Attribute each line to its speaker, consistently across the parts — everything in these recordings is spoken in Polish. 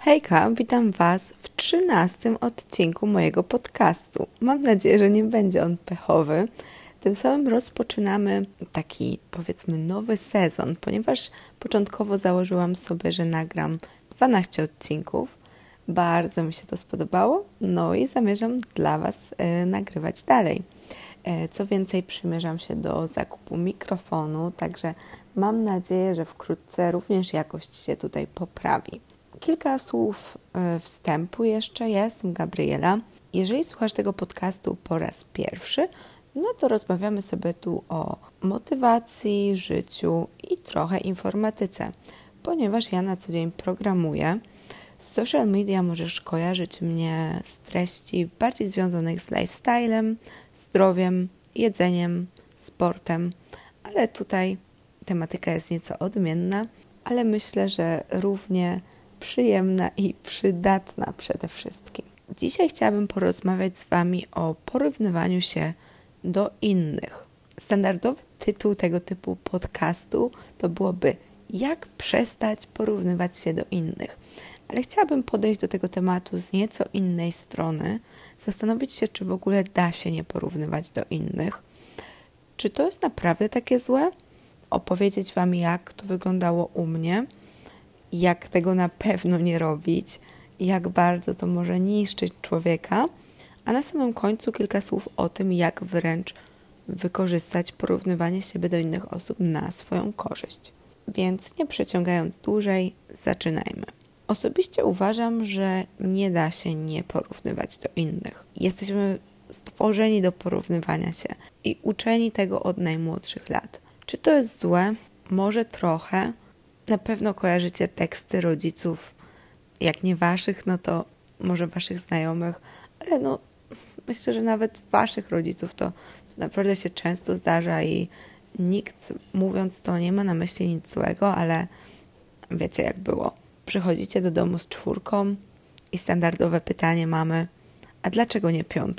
Speaker 1: Hejka, witam Was w 13 odcinku mojego podcastu. Mam nadzieję, że nie będzie on pechowy. Tym samym rozpoczynamy taki, powiedzmy, nowy sezon, ponieważ początkowo założyłam sobie, że nagram 12 odcinków. Bardzo mi się to spodobało, no i zamierzam dla Was nagrywać dalej. Co więcej, przymierzam się do zakupu mikrofonu, także mam nadzieję, że wkrótce również jakość się tutaj poprawi. Kilka słów wstępu jeszcze. Ja jestem Gabriela. Jeżeli słuchasz tego podcastu po raz pierwszy, no to rozmawiamy sobie tu o motywacji, życiu i trochę informatyce, ponieważ ja na co dzień programuję. Z social media możesz kojarzyć mnie z treści bardziej związanych z lifestylem, zdrowiem, jedzeniem, sportem, ale tutaj tematyka jest nieco odmienna, ale myślę, że równie przyjemna i przydatna przede wszystkim. Dzisiaj chciałabym porozmawiać z Wami o porównywaniu się do innych. Standardowy tytuł tego typu podcastu to byłoby jak przestać porównywać się do innych. Ale chciałabym podejść do tego tematu z nieco innej strony, zastanowić się, czy w ogóle da się nie porównywać do innych. Czy to jest naprawdę takie złe? Opowiedzieć Wam, jak to wyglądało u mnie, jak tego na pewno nie robić, jak bardzo to może niszczyć człowieka, a na samym końcu kilka słów o tym, jak wręcz wykorzystać porównywanie siebie do innych osób na swoją korzyść. Więc nie przeciągając dłużej, zaczynajmy. Osobiście uważam, że nie da się nie porównywać do innych. Jesteśmy stworzeni do porównywania się i uczeni tego od najmłodszych lat. Czy to jest złe? Może trochę. Na pewno kojarzycie teksty rodziców, jak nie waszych, no to może waszych znajomych, ale no myślę, że nawet waszych rodziców to naprawdę się często zdarza i nikt mówiąc to nie ma na myśli nic złego, ale wiecie jak było. Przychodzicie do domu z 4 i standardowe pytanie mamy, a dlaczego nie 5?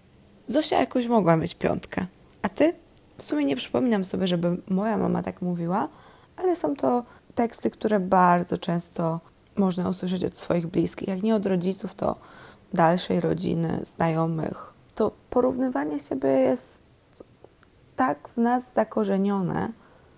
Speaker 1: Zosia jakoś mogła mieć 5, a ty? W sumie nie przypominam sobie, żeby moja mama tak mówiła, ale są to teksty, które bardzo często można usłyszeć od swoich bliskich. Jak nie od rodziców, to dalszej rodziny, znajomych. To porównywanie siebie jest tak w nas zakorzenione,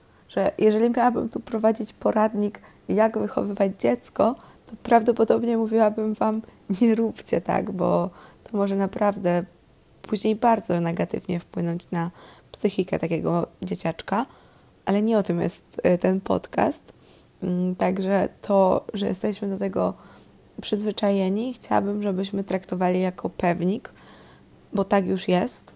Speaker 1: że jeżeli miałabym tu prowadzić poradnik, jak wychowywać dziecko, to prawdopodobnie mówiłabym Wam, nie róbcie tak, bo to może naprawdę później bardzo negatywnie wpłynąć na psychikę takiego dzieciaczka, ale nie o tym jest ten podcast. Także to, że jesteśmy do tego przyzwyczajeni, chciałabym, żebyśmy traktowali jako pewnik, bo tak już jest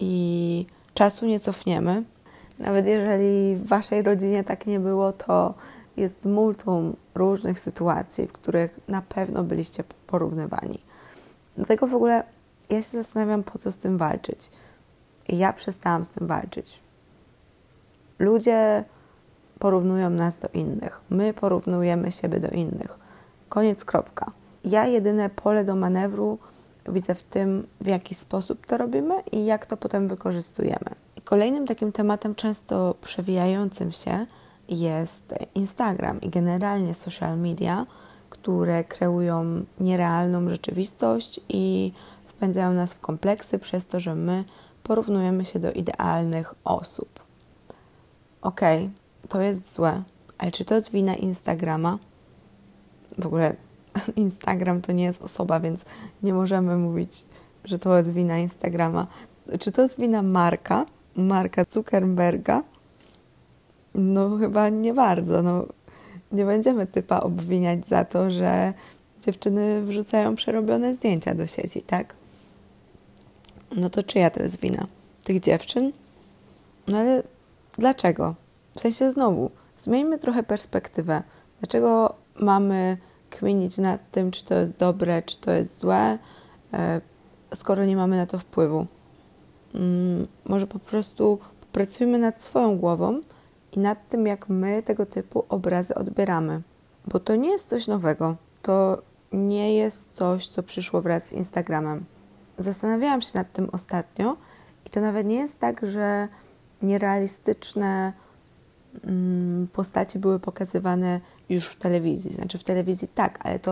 Speaker 1: i czasu nie cofniemy. Nawet jeżeli w Waszej rodzinie tak nie było, to jest multum różnych sytuacji, w których na pewno byliście porównywani. Dlatego w ogóle ja się zastanawiam, po co z tym walczyć. I ja przestałam z tym walczyć. Ludzie porównują nas do innych. My porównujemy siebie do innych. Koniec, kropka. Ja jedyne pole do manewru widzę w tym, w jaki sposób to robimy i jak to potem wykorzystujemy. Kolejnym takim tematem często przewijającym się jest Instagram i generalnie social media, które kreują nierealną rzeczywistość i wpędzają nas w kompleksy przez to, że my porównujemy się do idealnych osób. Okej, to jest złe, ale czy to jest wina Instagrama? W ogóle Instagram to nie jest osoba, więc nie możemy mówić, że to jest wina Instagrama. Czy to jest wina Marka Zuckerberga? No chyba nie bardzo. No, nie będziemy typa obwiniać za to, że dziewczyny wrzucają przerobione zdjęcia do sieci, tak? No to czyja to jest wina? Tych dziewczyn? No ale dlaczego? W sensie znowu, zmieńmy trochę perspektywę. Dlaczego mamy kminić nad tym, czy to jest dobre, czy to jest złe, skoro nie mamy na to wpływu? Może po prostu popracujmy nad swoją głową i nad tym, jak my tego typu obrazy odbieramy. Bo to nie jest coś nowego. To nie jest coś, co przyszło wraz z Instagramem. Zastanawiałam się nad tym ostatnio i to nawet nie jest tak, że nierealistyczne postaci były pokazywane już w telewizji. Znaczy w telewizji tak, ale to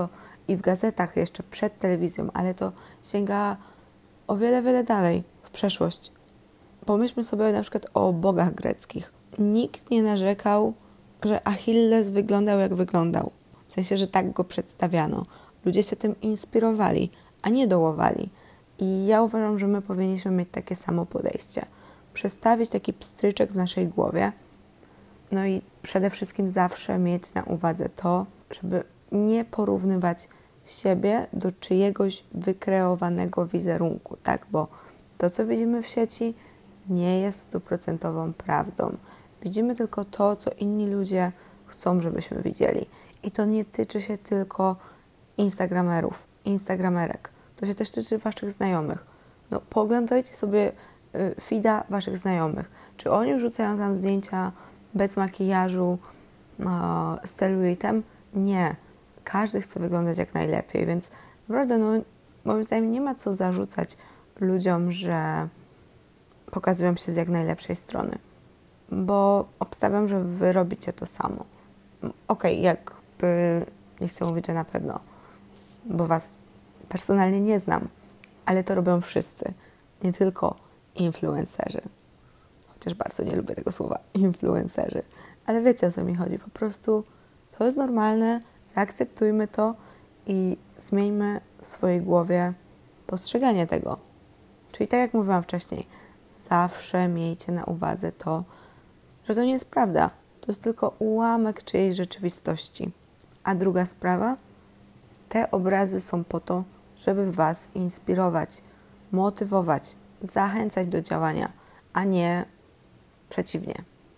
Speaker 1: i w gazetach jeszcze przed telewizją, ale to sięga o wiele, wiele dalej w przeszłość. Pomyślmy sobie na przykład o bogach greckich. Nikt nie narzekał, że Achilles wyglądał jak wyglądał. W sensie, że tak go przedstawiano. Ludzie się tym inspirowali, a nie dołowali. I ja uważam, że my powinniśmy mieć takie samo podejście. Przestawić taki pstryczek w naszej głowie. No i przede wszystkim zawsze mieć na uwadze to, żeby nie porównywać siebie do czyjegoś wykreowanego wizerunku, tak? Bo to, co widzimy w sieci, nie jest 100% prawdą. Widzimy tylko to, co inni ludzie chcą, żebyśmy widzieli. I to nie tyczy się tylko instagramerów, instagramerek. To się też tyczy waszych znajomych. No, pooglądajcie sobie feeda waszych znajomych. Czy oni wrzucają tam zdjęcia bez makijażu, z celulitem? Nie. Każdy chce wyglądać jak najlepiej, więc naprawdę, no, moim zdaniem nie ma co zarzucać ludziom, że pokazują się z jak najlepszej strony. Bo obstawiam, że wy robicie to samo. Okej, jakby nie chcę mówić, że na pewno, bo was personalnie nie znam, ale to robią wszyscy, nie tylko influencerzy. Chociaż bardzo nie lubię tego słowa, influencerzy. Ale wiecie, o co mi chodzi. Po prostu to jest normalne, zaakceptujmy to i zmieńmy w swojej głowie postrzeganie tego. Czyli tak jak mówiłam wcześniej, zawsze miejcie na uwadze to, że to nie jest prawda. To jest tylko ułamek czyjejś rzeczywistości. A druga sprawa, te obrazy są po to, żeby was inspirować, motywować, zachęcać do działania, a nie przeciwnie.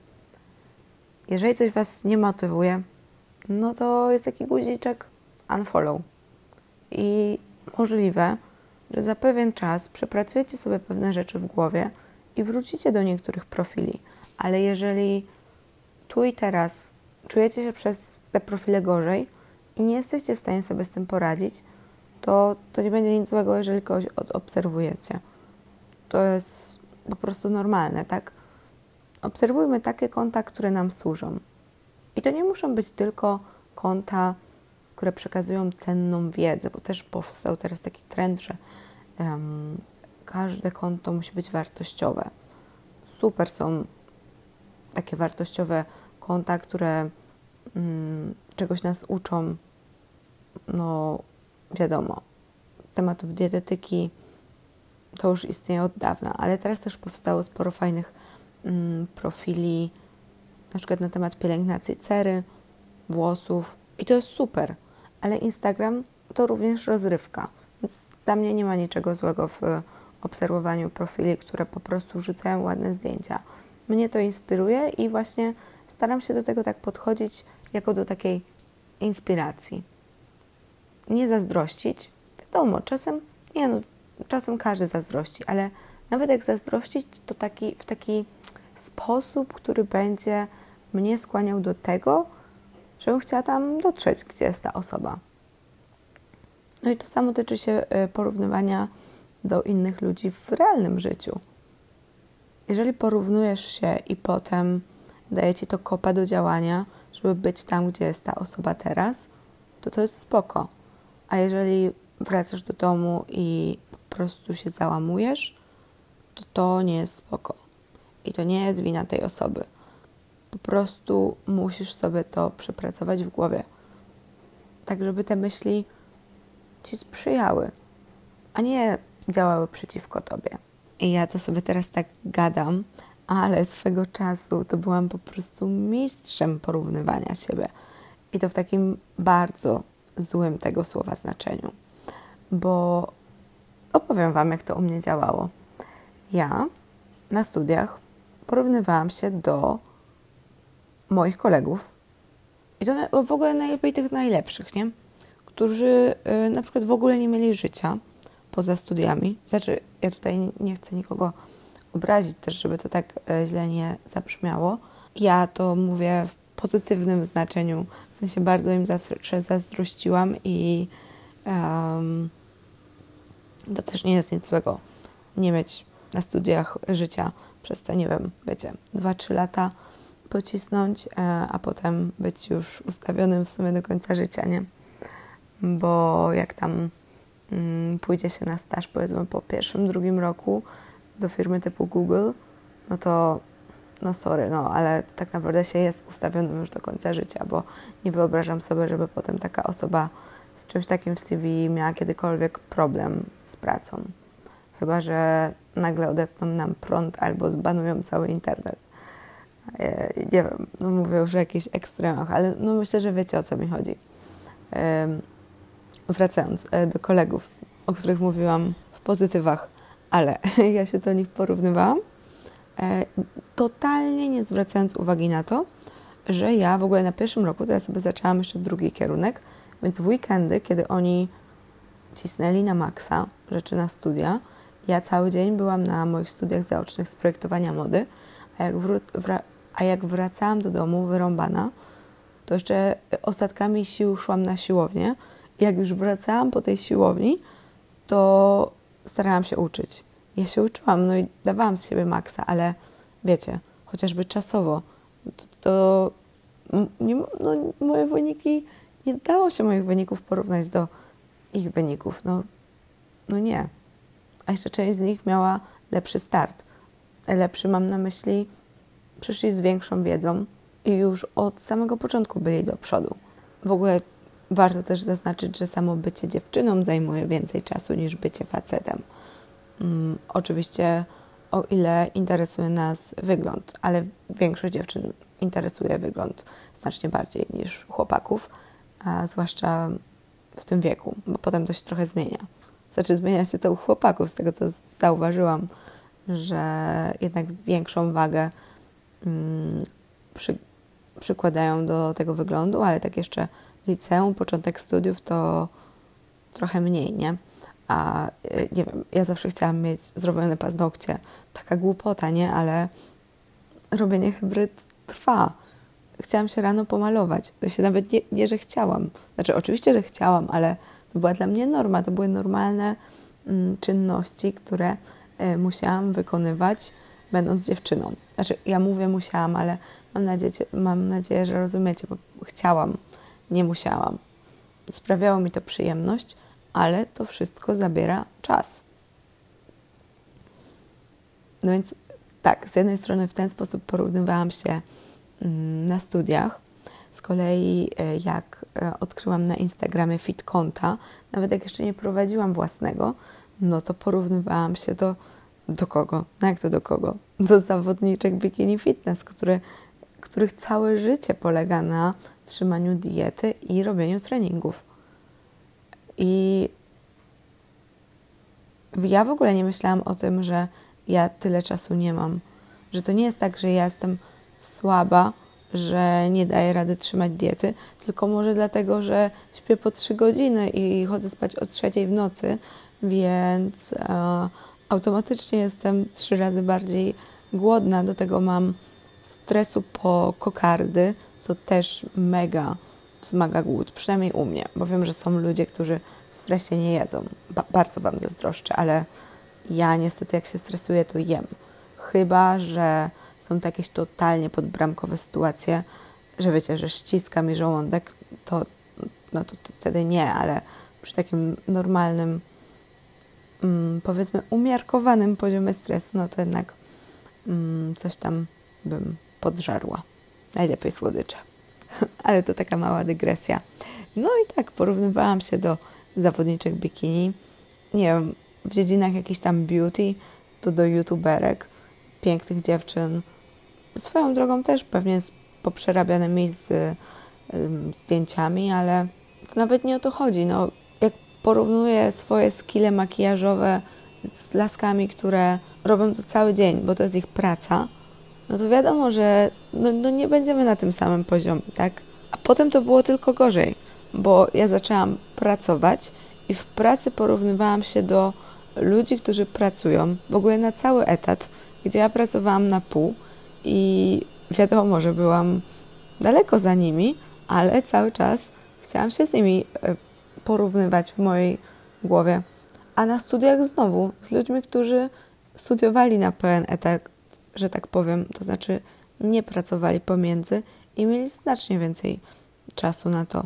Speaker 1: Jeżeli coś was nie motywuje, no to jest taki guziczek unfollow. I możliwe, że za pewien czas przepracujecie sobie pewne rzeczy w głowie i wrócicie do niektórych profili. Ale jeżeli tu i teraz czujecie się przez te profile gorzej i nie jesteście w stanie sobie z tym poradzić, to nie będzie nic złego, jeżeli kogoś obserwujecie. To jest po prostu normalne, tak? Obserwujmy takie konta, które nam służą. I to nie muszą być tylko konta, które przekazują cenną wiedzę, bo też powstał teraz taki trend, że każde konto musi być wartościowe. Super są takie wartościowe konta, które czegoś nas uczą, no wiadomo, z tematów dietetyki to już istnieje od dawna, ale teraz też powstało sporo fajnych profili, na przykład na temat pielęgnacji cery, włosów i to jest super, ale Instagram to również rozrywka, więc dla mnie nie ma niczego złego w obserwowaniu profili, które po prostu rzucają ładne zdjęcia. Mnie to inspiruje i właśnie staram się do tego tak podchodzić jako do takiej inspiracji. Nie zazdrościć. Wiadomo, czasem każdy zazdrości, ale nawet jak zazdrościć, to w taki sposób, który będzie mnie skłaniał do tego, żebym chciała tam dotrzeć, gdzie jest ta osoba. No i to samo tyczy się porównywania do innych ludzi w realnym życiu. Jeżeli porównujesz się i potem daje ci to kopa do działania, żeby być tam, gdzie jest ta osoba teraz, to jest spoko. A jeżeli wracasz do domu i po prostu się załamujesz, to nie jest spoko. I to nie jest wina tej osoby. Po prostu musisz sobie to przepracować w głowie. Tak, żeby te myśli ci sprzyjały, a nie działały przeciwko tobie. I ja to sobie teraz tak gadam, ale swego czasu to byłam po prostu mistrzem porównywania siebie. I to w takim bardzo złym tego słowa znaczeniu. Bo opowiem wam, jak to u mnie działało. Ja na studiach porównywałam się do moich kolegów i to w ogóle najlepiej tych najlepszych, nie? Którzy na przykład w ogóle nie mieli życia poza studiami. Znaczy, ja tutaj nie chcę nikogo obrazić też, żeby to tak źle nie zabrzmiało. Ja to mówię w pozytywnym znaczeniu, w sensie bardzo im zawsze zazdrościłam i to też nie jest nic złego nie mieć na studiach życia przez te, nie wiem, wiecie, 2-3 lata pocisnąć, a potem być już ustawionym w sumie do końca życia, nie? bo jak tam pójdzie się na staż, powiedzmy po pierwszym, drugim roku do firmy typu Google, no to sorry, ale tak naprawdę się jest ustawionym już do końca życia, bo nie wyobrażam sobie, żeby potem taka osoba z czymś takim w CV miała kiedykolwiek problem z pracą. Chyba że nagle odetną nam prąd albo zbanują cały internet. Nie wiem, mówię już o jakichś ekstremach, ale myślę, że wiecie, o co mi chodzi. Wracając do kolegów, o których mówiłam w pozytywach, ale ja się do nich porównywałam, totalnie nie zwracając uwagi na to, że ja w ogóle na pierwszym roku, to ja sobie zaczęłam jeszcze drugi kierunek, więc w weekendy, kiedy oni cisnęli na maksa rzeczy na studia, ja cały dzień byłam na moich studiach zaocznych z projektowania mody, a jak wracałam do domu wyrąbana, to jeszcze ostatkami sił szłam na siłownię. Jak już wracałam po tej siłowni, to starałam się uczyć. Ja się uczyłam, i dawałam z siebie maksa, ale wiecie, chociażby czasowo, to moje wyniki, nie dało się moich wyników porównać do ich wyników. Nie. A jeszcze część z nich miała lepszy start. Lepszy mam na myśli, przyszli z większą wiedzą i już od samego początku byli do przodu. W ogóle warto też zaznaczyć, że samo bycie dziewczyną zajmuje więcej czasu niż bycie facetem. Oczywiście o ile interesuje nas wygląd, ale większość dziewczyn interesuje wygląd znacznie bardziej niż chłopaków, a zwłaszcza w tym wieku, bo potem to się trochę zmienia. Znaczy zmienia się to u chłopaków, z tego co zauważyłam, że jednak większą wagę przykładają do tego wyglądu, ale tak jeszcze liceum, początek studiów to trochę mniej, nie? A nie wiem, ja zawsze chciałam mieć zrobione paznokcie. Taka głupota, nie? Ale robienie hybryd trwa. Chciałam się rano pomalować. Nawet nie, że chciałam. Znaczy oczywiście, że chciałam, ale to była dla mnie norma. To były normalne czynności, które musiałam wykonywać, będąc dziewczyną. Znaczy ja mówię musiałam, ale mam nadzieję, że rozumiecie, bo chciałam, nie musiałam. Sprawiało mi to przyjemność, ale to wszystko zabiera czas. No więc tak, z jednej strony w ten sposób porównywałam się na studiach. Z kolei jak odkryłam na Instagramie fit konta, nawet jak jeszcze nie prowadziłam własnego, to porównywałam się do kogo? No jak to do kogo? Do zawodniczek bikini fitness, których całe życie polega na trzymaniu diety i robieniu treningów. I ja w ogóle nie myślałam o tym, że ja tyle czasu nie mam. Że to nie jest tak, że ja jestem słaba, że nie daję rady trzymać diety, tylko może dlatego, że śpię po 3 godziny i chodzę spać o 3 w nocy, więc automatycznie jestem 3 razy bardziej głodna. Do tego mam stresu po kokardy, co też mega wzmaga głód, przynajmniej u mnie, bo wiem, że są ludzie, którzy w stresie nie jedzą. Bardzo Wam zazdroszczę, ale ja niestety jak się stresuję, to jem. Chyba że są to jakieś totalnie podbramkowe sytuacje, że wiecie, że ściska mi żołądek, to wtedy nie, ale przy takim normalnym, powiedzmy umiarkowanym poziomie stresu, to jednak coś tam bym podżarła. Najlepiej słodycze. Ale to taka mała dygresja. No i tak, porównywałam się do zawodniczek bikini. Nie wiem, w dziedzinach jakichś tam beauty, to do youtuberek, pięknych dziewczyn. Swoją drogą też pewnie z poprzerabianymi z zdjęciami, ale to nawet nie o to chodzi. Jak porównuję swoje skille makijażowe z laskami, które robią to cały dzień, bo to jest ich praca, to wiadomo, że nie będziemy na tym samym poziomie, tak? A potem to było tylko gorzej, bo ja zaczęłam pracować i w pracy porównywałam się do ludzi, którzy pracują w ogóle na cały etat, gdzie ja pracowałam na pół i wiadomo, że byłam daleko za nimi, ale cały czas chciałam się z nimi porównywać w mojej głowie. A na studiach znowu z ludźmi, którzy studiowali na pełen etat, że tak powiem, to znaczy nie pracowali pomiędzy i mieli znacznie więcej czasu na to.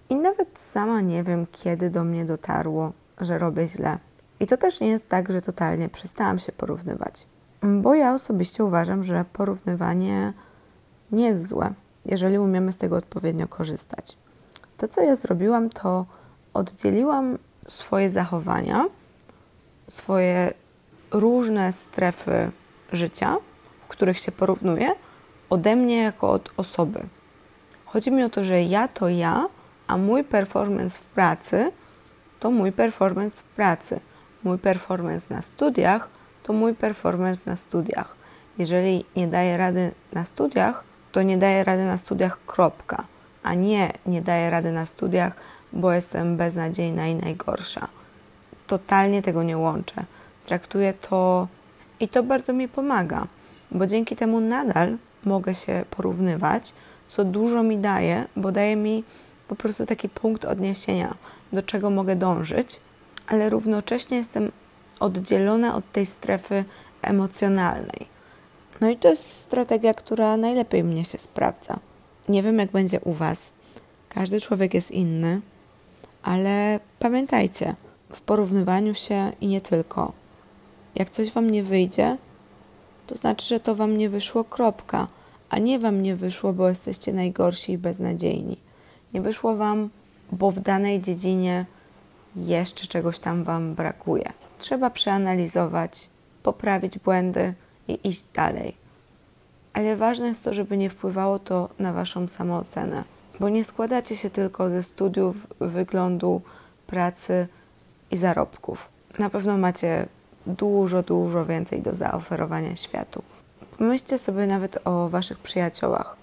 Speaker 1: I nawet sama nie wiem, kiedy do mnie dotarło, że robię źle. I to też nie jest tak, że totalnie przestałam się porównywać. Bo ja osobiście uważam, że porównywanie nie jest złe, jeżeli umiemy z tego odpowiednio korzystać. To, co ja zrobiłam, to oddzieliłam swoje zachowania, swoje różne strefy życia, w których się porównuję, ode mnie jako od osoby. Chodzi mi o to, że ja to ja, a mój performance w pracy to mój performance w pracy. Mój performance na studiach to mój performance na studiach. Jeżeli nie daję rady na studiach, to nie daję rady na studiach, kropka. A nie daję rady na studiach, bo jestem beznadziejna i najgorsza. Totalnie tego nie łączę. Traktuję to i to bardzo mi pomaga, bo dzięki temu nadal mogę się porównywać, co dużo mi daje, bo daje mi po prostu taki punkt odniesienia, do czego mogę dążyć, ale równocześnie jestem oddzielona od tej strefy emocjonalnej. No i to jest strategia, która najlepiej mnie się sprawdza. Nie wiem, jak będzie u Was. Każdy człowiek jest inny, ale pamiętajcie, w porównywaniu się i nie tylko. Jak coś Wam nie wyjdzie, to znaczy, że to Wam nie wyszło, kropka, a nie Wam nie wyszło, bo jesteście najgorsi i beznadziejni. Nie wyszło Wam, bo w danej dziedzinie jeszcze czegoś tam Wam brakuje. Trzeba przeanalizować, poprawić błędy i iść dalej. Ale ważne jest to, żeby nie wpływało to na Waszą samoocenę, bo nie składacie się tylko ze studiów, wyglądu, pracy i zarobków. Na pewno macie dużo więcej do zaoferowania światu. Pomyślcie sobie nawet o Waszych przyjaciołach.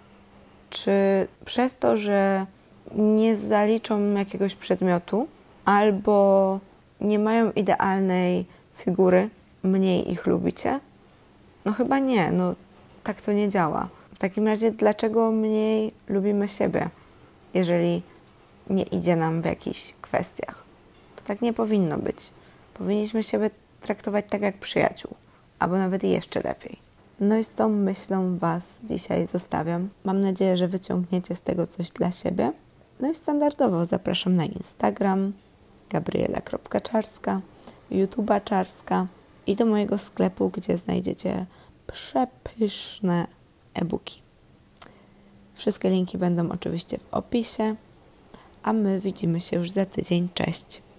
Speaker 1: Czy przez to, że nie zaliczą jakiegoś przedmiotu albo nie mają idealnej figury, mniej ich lubicie? No chyba nie, tak to nie działa. W takim razie dlaczego mniej lubimy siebie, jeżeli nie idzie nam w jakichś kwestiach? To tak nie powinno być. Powinniśmy siebie traktować tak jak przyjaciół, albo nawet jeszcze lepiej. No i z tą myślą Was dzisiaj zostawiam. Mam nadzieję, że wyciągniecie z tego coś dla siebie. No i standardowo zapraszam na Instagram gabriela.czarska, YouTube'a Czarska i do mojego sklepu, gdzie znajdziecie przepyszne e-booki. Wszystkie linki będą oczywiście w opisie, a my widzimy się już za tydzień. Cześć!